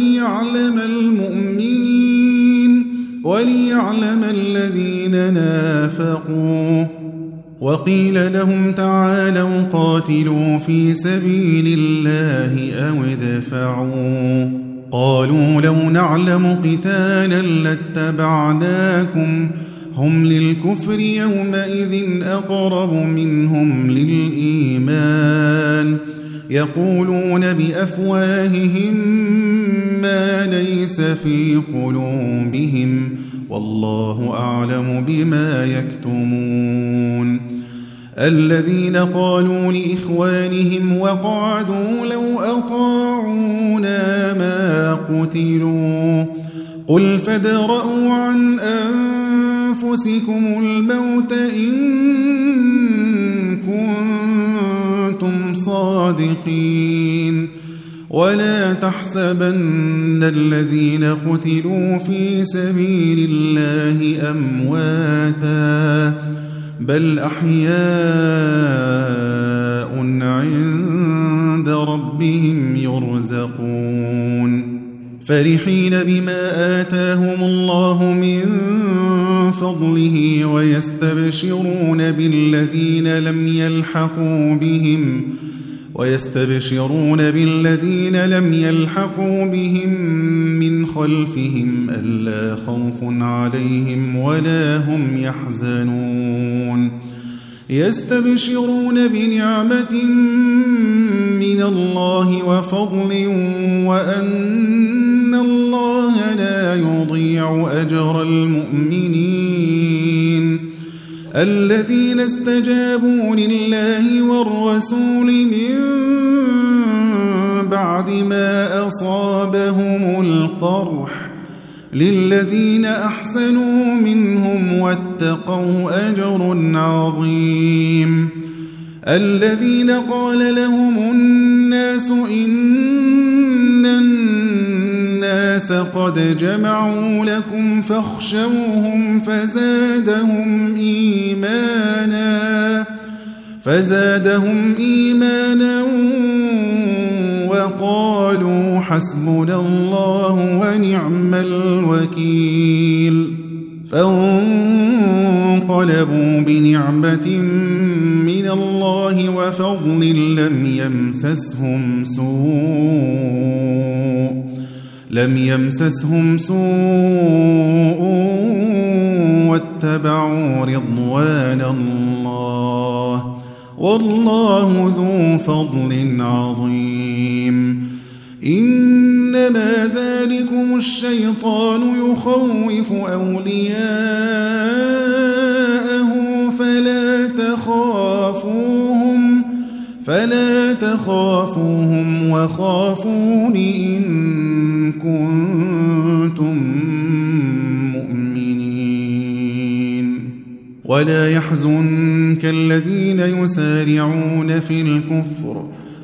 وليعلم الذين نافقوا وقيل لهم تعالوا قاتلوا في سبيل الله أو ادفعوا قالوا لو نعلم قتالا لاتبعناكم هم للكفر يومئذ أقرب منهم للإيمان يقولون بأفواههم ما ليس في قلوبهم والله أعلم بما يكتمون الذين قالوا لإخوانهم وقعدوا لو أطاعونا ما قتلوا قل فادرءوا عن أنفسكم الموت إن كنتم صادقين ولا تحسبن الذين قتلوا في سبيل الله أمواتا بل أحياء عند ربهم يرزقون فرحين بما آتاهم الله من فضله ويستبشرون بالذين لم يلحقوا بهم ويستبشرون بالذين لم يلحقوا بهم من خلفهم ألا خوف عليهم ولا هم يحزنون يستبشرون بنعمة من الله وفضل وأن الله لا يضيع أجر المؤمنين الذين استجابوا لله والرسول من بعد ما أصابهم القرح للذين أحسنوا منهم واتقوا أجر عظيم الذين قال لهم الناس إن الناس قد جمعوا لكم فاخشوهم فزادهم إيمانا وقالوا حسبنا الله ونعم الوكيل فانقلبوا بنعمة من الله وفضل لم يمسسهم سوء واتبعوا رضوان الله والله ذو فضل عظيم إنما ذلكم الشيطان يخوف أولياءه فلا تخافوهم وخافون إن كنتم مؤمنين ولا يحزنك الذين يسارعون في الكفر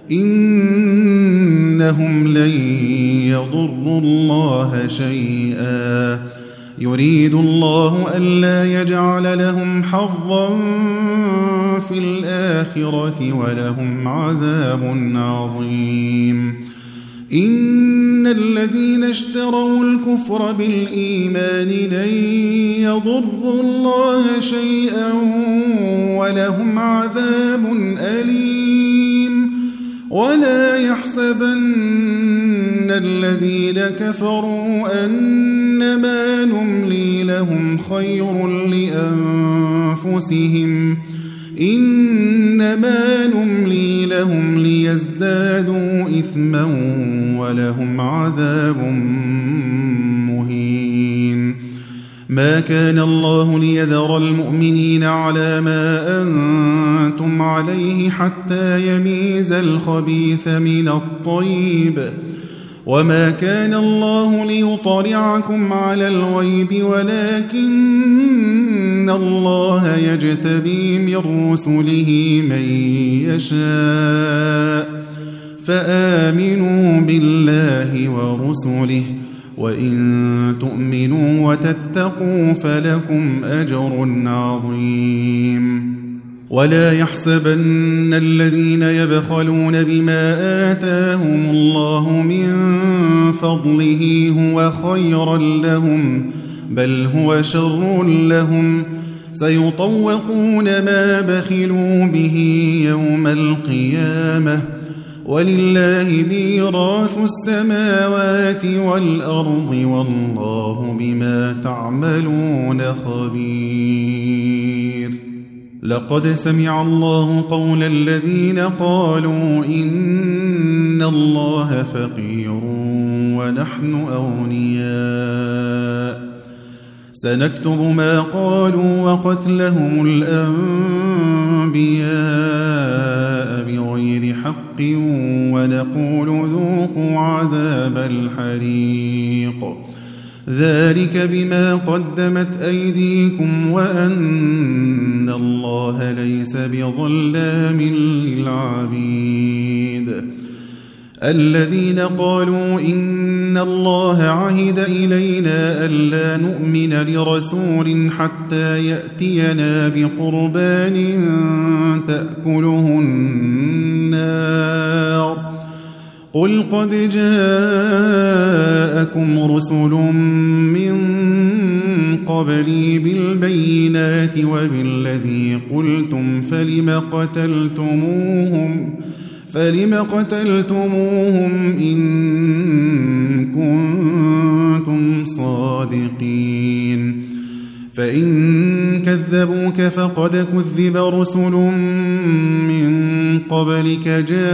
إنهم لن يضروا الله شيئا يريد الله ألا يجعل لهم حظا في الآخرة ولهم عذاب عظيم إن الذين اشتروا الكفر بالإيمان لن يضروا الله شيئا ولهم عذاب أليم ولا يحسبن الذين كفروا أنما نملي لهم خير لأنفسهم إنما نملي لهم ليزدادوا إثما ولهم عذاب مهين ما كان الله ليذر المؤمنين على ما أنتم عليه حتى يميز الخبيث من الطيب وما كان الله ليطلعكم على الغيب ولكن الله يجتبي من رسله من يشاء فآمنوا بالله ورسله وإن تؤمنوا وتتقوا فلكم أجر عظيم ولا يحسبن الذين يبخلون بما آتاهم الله من فضله هو خيرا لهم بل هو شر لهم سيطوقون ما بخلوا به يوم القيامة ولله ميراث السماوات والأرض والله بما تعملون خبير لقد سمع الله قول الذين قالوا إن الله فقير ونحن أغنياء سنكتب ما قالوا وقتلهم الأنبياء بغير حق ونقول ذوقوا عذاب الحريق ذلك بما قدمت أيديكم وأن الله ليس بظلام للعبيد الذين قالوا إن الله عهد إلينا ألا نؤمن لرسول حتى يأتينا بقربان تأكله النار قل قد جاءكم رسل من قبلي بالبينات وبالذي قلتم فلم قتلتموهم إن كنتم صادقين فإن كذبوك فقد كذب رسل من قبلك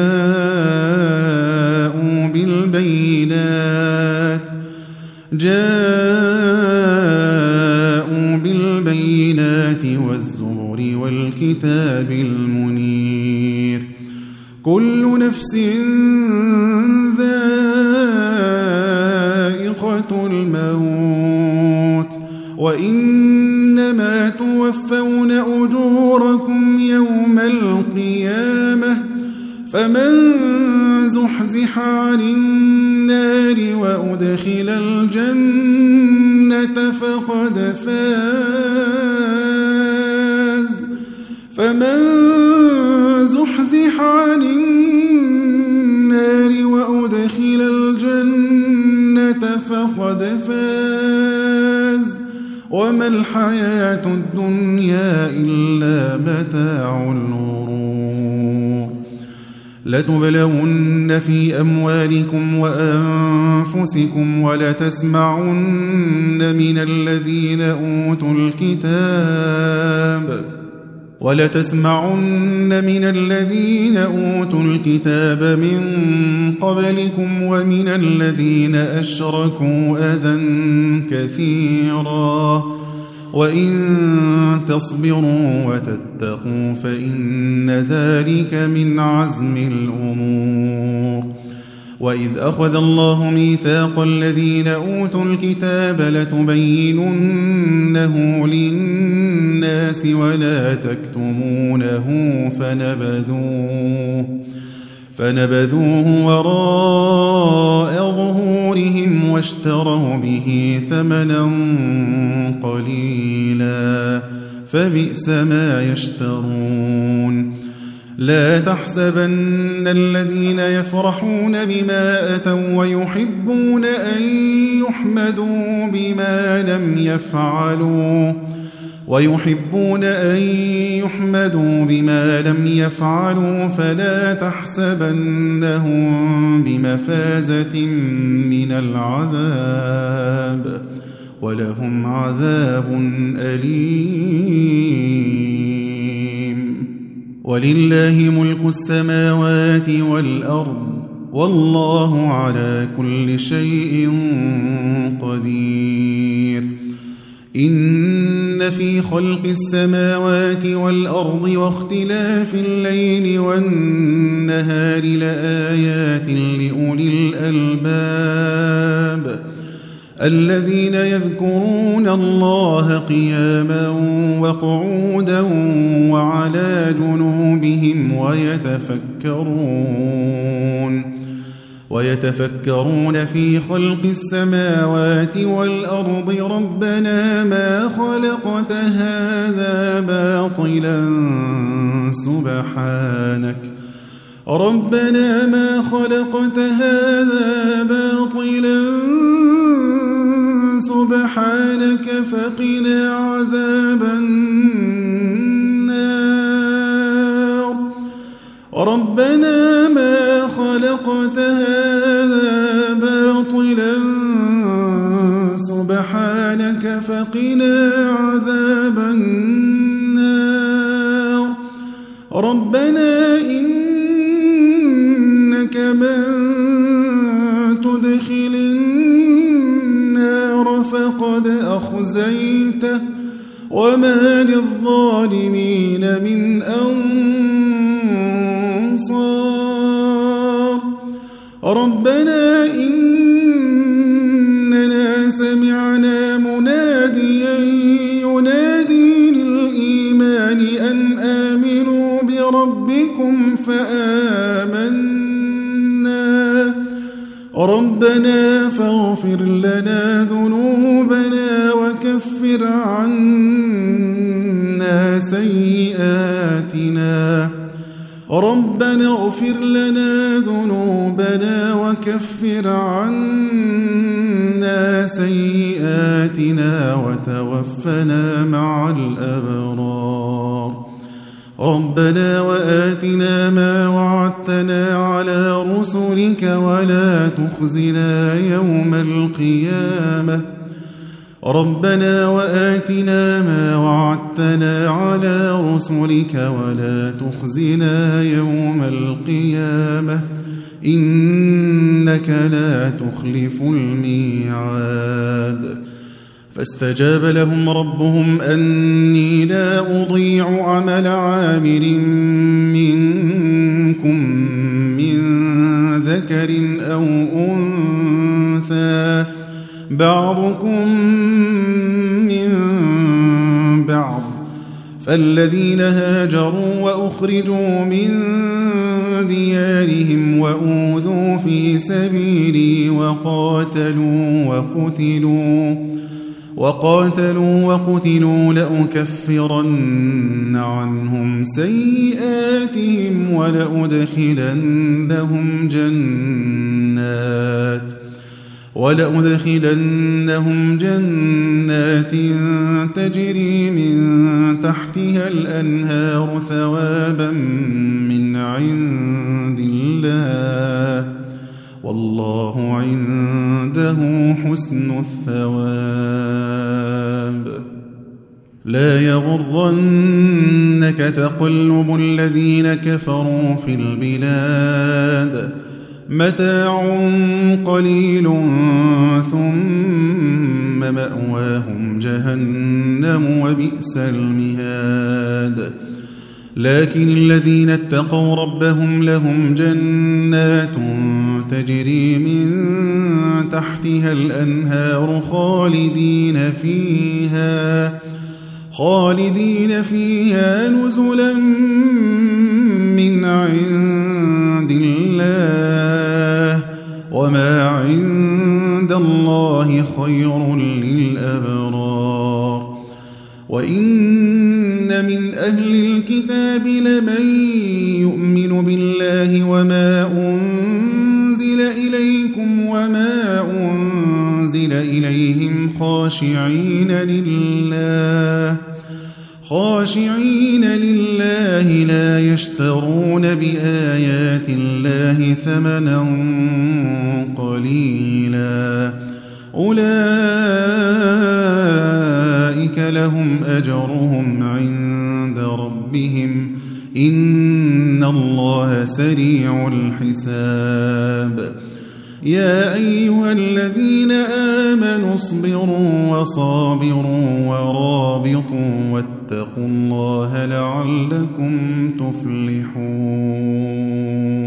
جاءوا بالبينات والزبر والكتاب المنير كل نفس ذائقة الموت وإنما توفون أجوركم يوم القيامة فمن زحزح عن النار وأدخل الجنة فقد فاز فمن زحزح عن النار وأدخل الجنة فقد فاز وما الحياة الدنيا إلا متاع الغرور لتبلون في أموالكم وأنفسكم ولتسمعن من الذين أوتوا الكتاب من قبلكم ومن الذين أشركوا أذى كثيرا وإن تصبروا وتتقوا فإن ذلك من عزم الأمور وإذ أخذ الله ميثاق الذين أوتوا الكتاب لتبيننه للناس ولا تكتمونه فنبذوه وراء ظهورهم واشتروا به ثمنا قليلا فبئس ما يشترون لا تحسبن الذين يفرحون بما أتوا ويحبون أن يحمدوا بما لم يفعلوا فلا تحسبنهم بمفازة من العذاب ولهم عذاب أليم ولله ملك السماوات والأرض والله على كل شيء قدير إن في خلق السماوات والأرض واختلاف الليل والنهار لآيات لأولي الألباب الذين يذكرون الله قياما وقعودا وعلى جنوبهم ويتفكرون في خلق السماوات والأرض ربنا ما خلقت هذا باطلا سبحانك فقنا عذاب النار ربنا ما خلقت هذا باطلا سبحانك فقنا عذاب النار ربنا إنك من تدخل النار فقد أخزيته وما للظالمين من أنصار ربنا إننا سمعنا مناديا ينادي للإيمان أن آمنوا بربكم فآمنا ربنا فاغفر لنا ذنوبنا وكفر عنا سيئاتنا ربنا اغفر لنا ذنوبنا وكفر عنا سيئاتنا وتوفنا مع الأبرار ربنا وآتنا ما وعدتنا على رسلك ولا تخزنا يوم القيامة ربنا وآتنا ما وعدتنا على رسلك ولا تخزنا يوم القيامة إنك لا تخلف الميعاد فاستجاب لهم ربهم أني لا أضيع عمل عامل منكم من ذكر أو أنثى بعضكم من بعض فالذين هاجروا وأخرجوا من ديارهم وأوذوا في سبيلي وقاتلوا وقتلوا لأكفرن عنهم سيئاتهم ولأدخلنهم جنات تجري من تحتها الأنهار ثوابا من عند الله والله عنده حسن الثواب لا يغرنك تقلب الذين كفروا في البلاد متاع قليل ثم مأواهم جهنم وبئس المهاد لكن الذين اتقوا ربهم لهم جنات تجري من تحتها الأنهار خالدين فيها نزلا من عند الله وما عند الله خير للأبرار وإن من أهل الكتاب لمن يؤمن بالله وما أنزل إليكم وما أنزل إليهم خاشعين لله لا يشترون بآيات الله ثمنا قليلا أولئك لهم أجرهم عند ربهم إن الله سريع الحساب يا أيها الذين آمنوا اصبروا وصابروا ورابطوا واتقوا الله لعلكم تفلحون